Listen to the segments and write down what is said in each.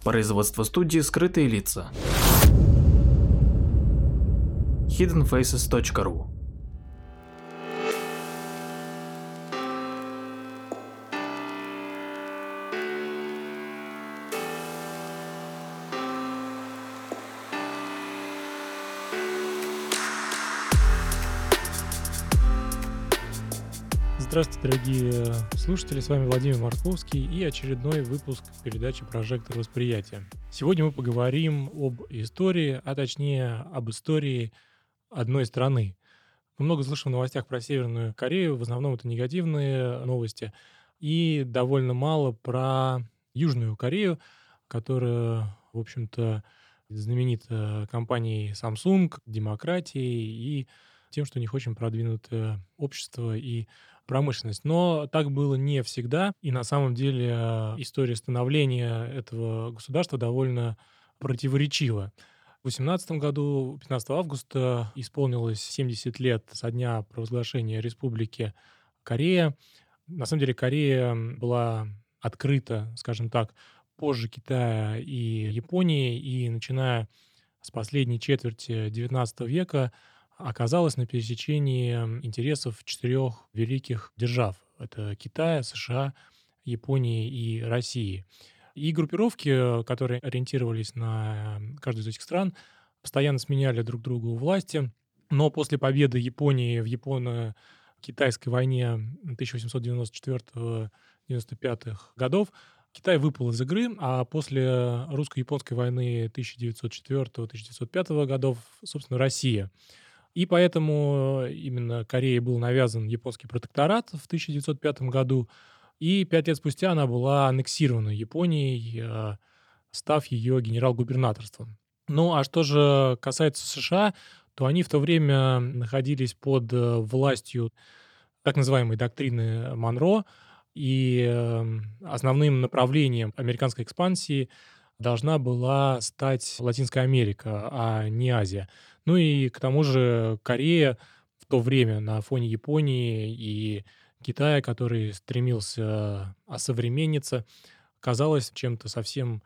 Производство студии «Скрытые лица». hiddenfaces.ru. Здравствуйте, дорогие слушатели, с вами Владимир Марковский и очередной выпуск передачи «Прожектор восприятия». Сегодня мы поговорим об истории, а точнее об истории одной страны. Мы много слышим в новостях про Северную Корею, в основном это негативные новости, и довольно мало про Южную Корею, которая, в общем-то, знаменита компанией Samsung, демократией и тем, что у них очень продвинутое общество и промышленность. Но так было не всегда, и на самом деле история становления этого государства довольно противоречива. В 2018 году, 15 августа, исполнилось 70 лет со дня провозглашения Республики Корея. На самом деле Корея была открыта, скажем так, позже Китая и Японии, и начиная с последней четверти XIX века оказалась на пересечении интересов четырех великих держав. Это Китая, США, Японии и России. И группировки, которые ориентировались на каждую из этих стран, постоянно сменяли друг другу у власти. Но после победы Японии в Японо-Китайской войне 1894-95 годов Китай выпал из игры, а после русско-японской войны 1904-1905 годов, собственно, Россия. И поэтому именно Корее был навязан японский протекторат в 1905 году, и 5 лет спустя она была аннексирована Японией, став ее генерал-губернаторством. Ну, а что же касается США, то они в то время находились под властью так называемой доктрины Монро, и основным направлением американской экспансии должна была стать Латинская Америка, а не Азия. Ну и к тому же Корея в то время на фоне Японии и Китая, который стремился осовремениться, казалась чем-то совсем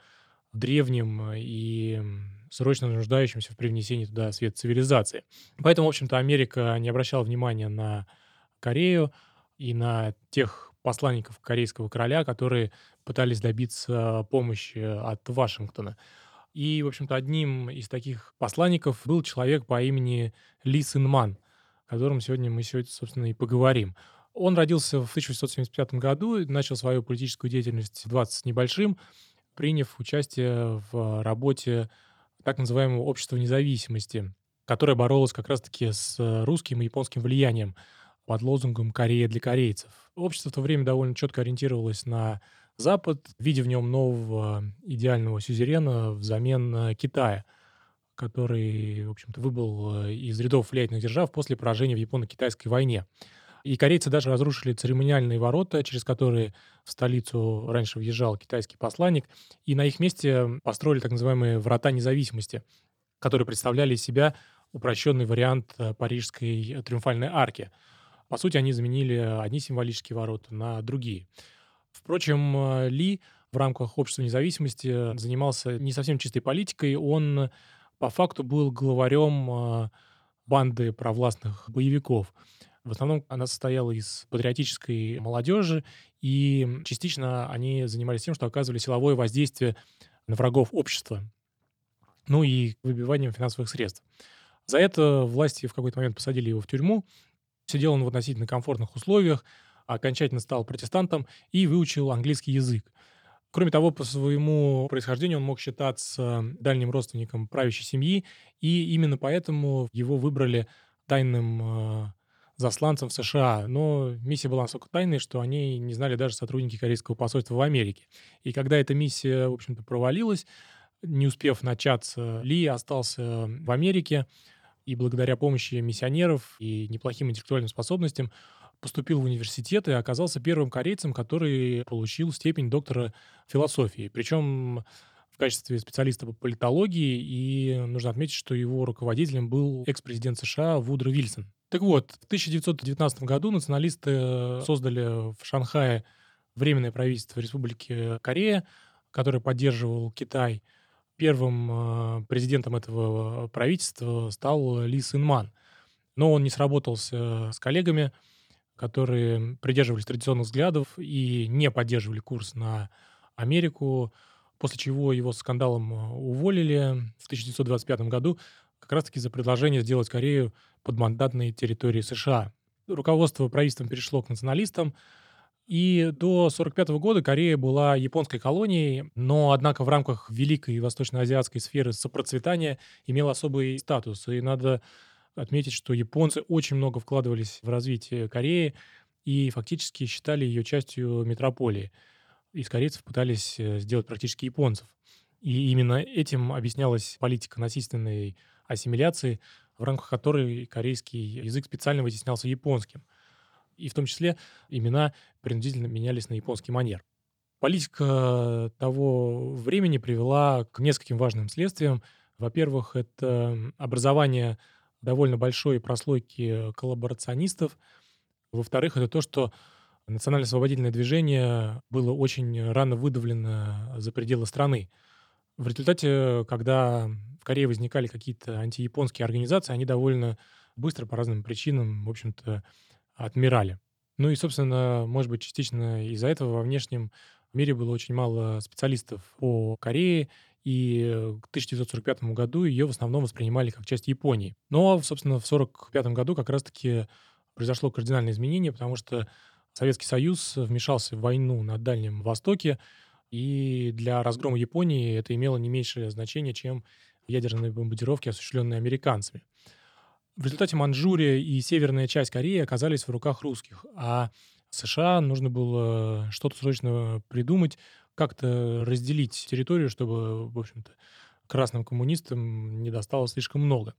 древним и срочно нуждающимся в привнесении туда свет цивилизации. Поэтому, в общем-то, Америка не обращала внимания на Корею и на тех посланников корейского короля, которые пытались добиться помощи от Вашингтона. И, в общем-то, одним из таких посланников был человек по имени Ли Сын Ман, о котором мы сегодня, собственно, и поговорим. Он родился в 1875 году и начал свою политическую деятельность в 20 с небольшим, приняв участие в работе так называемого Общества независимости, которое боролось как раз-таки с русским и японским влиянием под лозунгом «Корея для корейцев». Общество в то время довольно четко ориентировалось на Запад, видя в нем нового идеального сюзерена взамен Китая, который, в общем-то, выбыл из рядов влиятельных держав после поражения в Японо-Китайской войне. И корейцы даже разрушили церемониальные ворота, через которые в столицу раньше въезжал китайский посланник, и на их месте построили так называемые «врата независимости», которые представляли из себя упрощенный вариант Парижской триумфальной арки. По сути, они заменили одни символические ворота на другие. Впрочем, Ли в рамках Общества независимости занимался не совсем чистой политикой. Он по факту был главарем банды провластных боевиков. В основном она состояла из патриотической молодежи, и частично они занимались тем, что оказывали силовое воздействие на врагов общества, ну и выбиванием финансовых средств. За это власти в какой-то момент посадили его в тюрьму. Сидел он в относительно комфортных условиях, окончательно стал протестантом и выучил английский язык. Кроме того, по своему происхождению он мог считаться дальним родственником правящей семьи, и именно поэтому его выбрали тайным засланцем в США. Но миссия была настолько тайной, что они не знали даже сотрудники корейского посольства в Америке. И когда эта миссия, в общем-то, провалилась, не успев начаться, Ли остался в Америке, и благодаря помощи миссионеров и неплохим интеллектуальным способностям поступил в университет и оказался первым корейцем, который получил степень доктора философии. Причем в качестве специалиста по политологии, и нужно отметить, что его руководителем был экс-президент США Вудро Вильсон. Так вот, в 1919 году националисты создали в Шанхае Временное правительство Республики Корея, который поддерживал Китай. Первым президентом этого правительства стал Ли Сын Ман. Но он не сработался с коллегами, которые придерживались традиционных взглядов и не поддерживали курс на Америку, после чего его с скандалом уволили в 1925 году как раз-таки за предложение сделать Корею подмандатной территорией США. Руководство правительством перешло к националистам, и до 1945 года Корея была японской колонией, но, однако, в рамках великой восточноазиатской сферы сопроцветания имела особый статус. И надо отметить, что японцы очень много вкладывались в развитие Кореи и фактически считали ее частью метрополии. Из корейцев пытались сделать практически японцев. И именно этим объяснялась политика насильственной ассимиляции, в рамках которой корейский язык специально вытеснялся японским. И в том числе имена принудительно менялись на японский манер. Политика того времени привела к нескольким важным следствиям. Во-первых, это образование довольно большой прослойки коллаборационистов. Во-вторых, это то, что национально-освободительное движение было очень рано выдавлено за пределы страны. В результате, когда в Корее возникали какие-то антияпонские организации, они довольно быстро по разным причинам, в общем-то, отмирали. Ну и, собственно, может быть, частично из-за этого во внешнем мире было очень мало специалистов по Корее, и к 1945 году ее в основном воспринимали как часть Японии. Но, собственно, в 1945 году как раз-таки произошло кардинальное изменение, потому что Советский Союз вмешался в войну на Дальнем Востоке, и для разгрома Японии это имело не меньшее значение, чем ядерные бомбардировки, осуществленные американцами. В результате Манчжурия и северная часть Кореи оказались в руках русских, а США нужно было что-то срочно придумать, как-то разделить территорию, чтобы, в общем-то, красным коммунистам не досталось слишком много.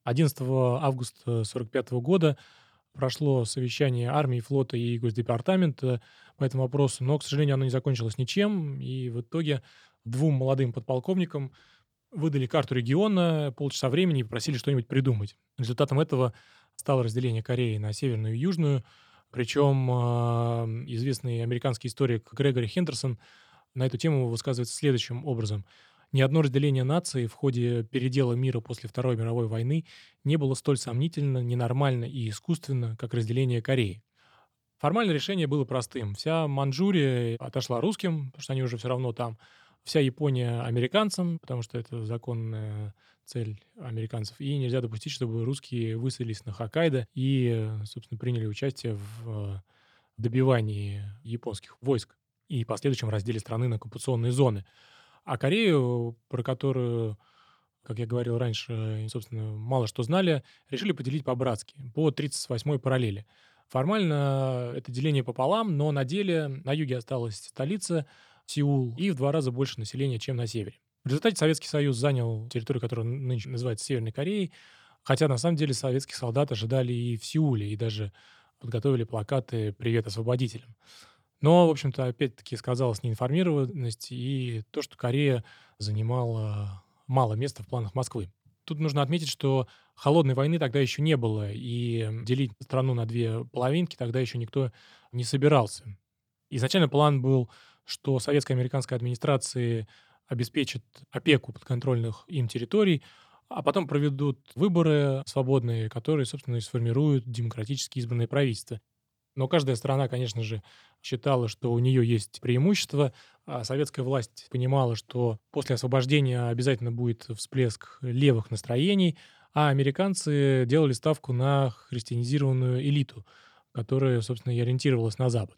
11 августа 1945 года прошло совещание армии, флота и Госдепартамента по этому вопросу, но, к сожалению, оно не закончилось ничем, и в итоге двум молодым подполковникам выдали карту региона, полчаса времени и попросили что-нибудь придумать. Результатом этого стало разделение Кореи на северную и южную. Причем известный американский историк Грегори Хендерсон на эту тему высказывается следующим образом. Ни одно разделение нации в ходе передела мира после Второй мировой войны не было столь сомнительно, ненормально и искусственно, как разделение Кореи. Формальное решение было простым. Вся Манчжурия отошла русским, потому что они уже все равно там. Вся Япония американцам, потому что это законная цель американцев. И нельзя допустить, чтобы русские высадились на Хоккайдо и, собственно, приняли участие в добивании японских войск и последующем разделе страны на оккупационные зоны. А Корею, про которую, как я говорил раньше, собственно, мало что знали, решили поделить по-братски, по 38-й параллели. Формально это деление пополам, но на деле на юге осталась столица Сеул и в 2 раза больше населения, чем на севере. В результате Советский Союз занял территорию, которая нынче называется Северной Кореей, хотя на самом деле советских солдат ожидали и в Сеуле, и даже подготовили плакаты «Привет освободителям». Но, в общем-то, опять-таки сказалась неинформированность и то, что Корея занимала мало места в планах Москвы. Тут нужно отметить, что холодной войны тогда еще не было, и делить страну на две половинки тогда еще никто не собирался. Изначально план был, что советско-американская администрации обеспечат опеку подконтрольных им территорий, а потом проведут выборы свободные, которые, собственно, и сформируют демократически избранное правительство. Но каждая страна, конечно же, считала, что у нее есть преимущество, а советская власть понимала, что после освобождения обязательно будет всплеск левых настроений, а американцы делали ставку на христианизированную элиту, которая, собственно, и ориентировалась на Запад.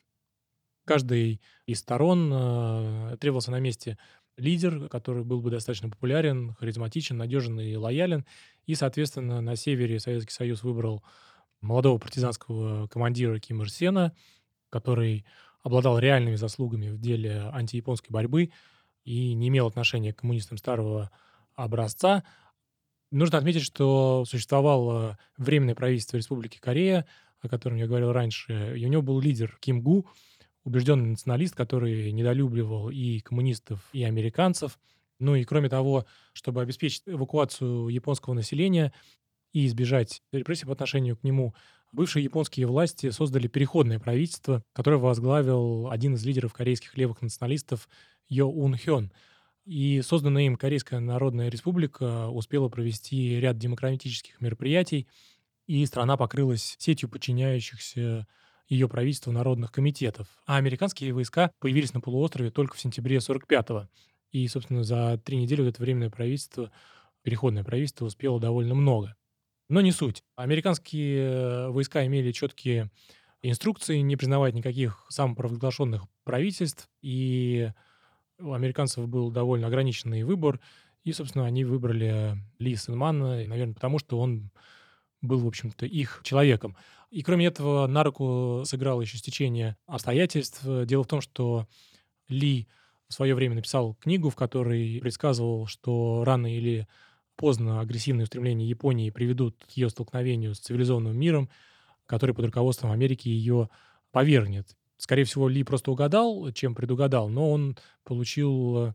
Каждой из сторон требовался на месте лидер, который был бы достаточно популярен, харизматичен, надежен и лоялен. И, соответственно, на севере Советский Союз выбрал молодого партизанского командира Ким Ир Сена, который обладал реальными заслугами в деле антияпонской борьбы и не имел отношения к коммунистам старого образца. Нужно отметить, что существовало Временное правительство Республики Корея, о котором я говорил раньше, и у него был лидер Ким Гу, убежденный националист, который недолюбливал и коммунистов, и американцев. Ну и кроме того, чтобы обеспечить эвакуацию японского населения и избежать репрессий по отношению к нему, бывшие японские власти создали переходное правительство, которое возглавил один из лидеров корейских левых националистов Йо Ун Хён. И созданная им Корейская Народная Республика успела провести ряд демократических мероприятий, и страна покрылась сетью подчиняющихся ее правительству народных комитетов. А американские войска появились на полуострове только в сентябре 45-го. И, собственно, за 3 недели вот это временное правительство, переходное правительство, успело довольно много. Но не суть. Американские войска имели четкие инструкции не признавать никаких самопровозглашенных правительств, и у американцев был довольно ограниченный выбор, и, собственно, они выбрали Ли Сен-мана, наверное, потому что он был, в общем-то, их человеком. И, кроме этого, на руку сыграло еще стечение обстоятельств. Дело в том, что Ли в свое время написал книгу, в которой предсказывал, что рано или поздно агрессивные устремления Японии приведут к ее столкновению с цивилизованным миром, который под руководством Америки ее повергнет. Скорее всего, Ли просто угадал, чем предугадал, но он получил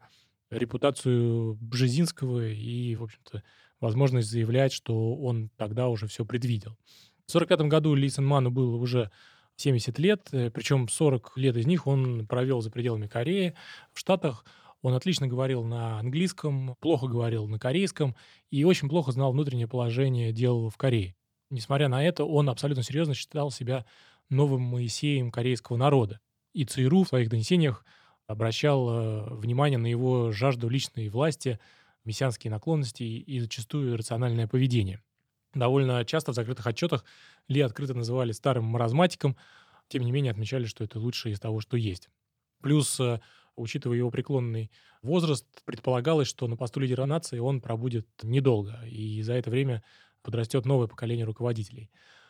репутацию Бжезинского и, в общем-то, возможность заявлять, что он тогда уже все предвидел. В 1945 году Ли Сен-ману было уже 70 лет, причем 40 лет из них он провел за пределами Кореи, в Штатах. Он отлично говорил на английском, плохо говорил на корейском и очень плохо знал внутреннее положение дел в Корее. Несмотря на это, он абсолютно серьезно считал себя новым Моисеем корейского народа. И ЦРУ в своих донесениях обращал внимание на его жажду личной власти, мессианские наклонности и зачастую иррациональное поведение. Довольно часто в закрытых отчетах Ли открыто называли старым маразматиком, тем не менее отмечали, что это лучшее из того, что есть. Плюс, учитывая его преклонный возраст, предполагалось, что на посту лидера нации он пробудет недолго, и за это время подрастет новое поколение руководителей.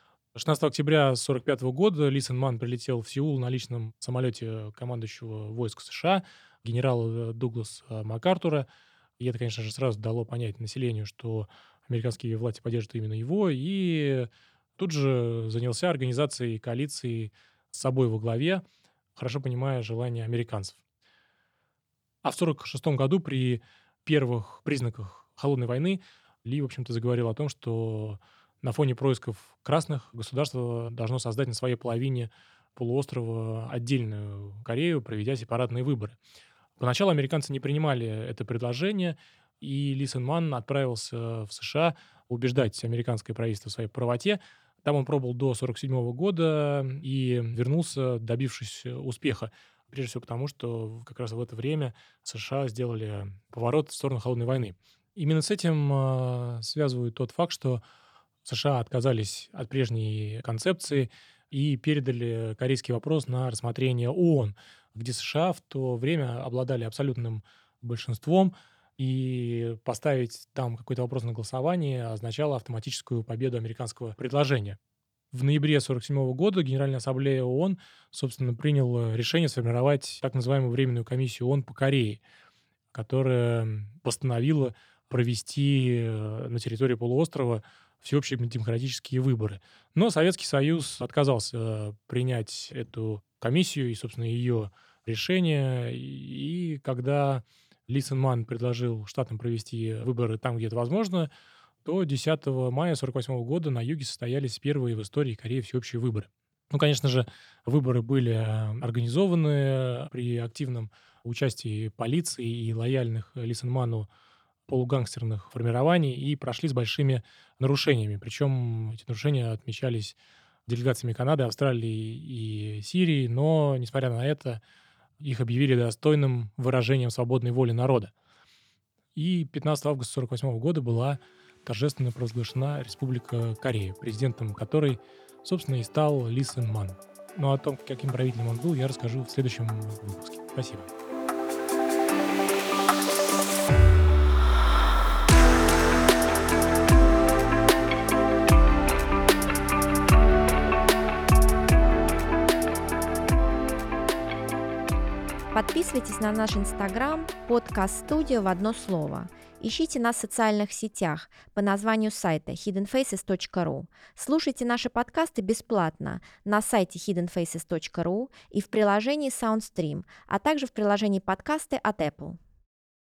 16 октября 1945 года Ли Сен-ман прилетел в Сеул на личном самолете командующего войск США, генерала Дугласа МакАртура. И это, конечно же, сразу дало понять населению, что американские власти поддерживают именно его. И тут же занялся организацией коалиции с собой во главе, хорошо понимая желания американцев. А в 1946 году при первых признаках холодной войны Ли, в общем-то, заговорил о том, что на фоне происков красных государство должно создать на своей половине полуострова отдельную Корею, проведя сепаратные выборы. Поначалу американцы не принимали это предложение, и Ли Сен-ман отправился в США убеждать американское правительство в своей правоте. Там он пробыл до 1947 года и вернулся, добившись успеха. Прежде всего потому, что как раз в это время США сделали поворот в сторону холодной войны. Именно с этим связывают тот факт, что США отказались от прежней концепции и передали корейский вопрос на рассмотрение ООН, где США в то время обладали абсолютным большинством, и поставить там какой-то вопрос на голосование означало автоматическую победу американского предложения. В ноябре 1947 года Генеральная ассамблея ООН, собственно, приняла решение сформировать так называемую Временную комиссию ООН по Корее, которая постановила провести на территории полуострова всеобщие демократические выборы. Но Советский Союз отказался принять эту комиссию и, собственно, ее решение. И когда Ли Сен-ман предложил штатам провести выборы там, где это возможно, то 10 мая 1948 года на юге состоялись первые в истории Кореи всеобщие выборы. Ну, конечно же, выборы были организованы при активном участии полиции и лояльных Ли Сен-ману полугангстерных формирований и прошли с большими нарушениями. Причем эти нарушения отмечались делегациями Канады, Австралии и Сирии, но, несмотря на это, их объявили достойным выражением свободной воли народа. И 15 августа 1948 года была торжественно провозглашена Республика Корея, президентом которой, собственно, и стал Ли Сен-ман. Но о том, каким правителем он был, я расскажу в следующем выпуске. Спасибо. Подписывайтесь на наш Инстаграм «Подкаст-студио» в одно слово. Ищите нас в социальных сетях по названию сайта hiddenfaces.ru. Слушайте наши подкасты бесплатно на сайте hiddenfaces.ru и в приложении SoundStream, а также в приложении подкасты от Apple.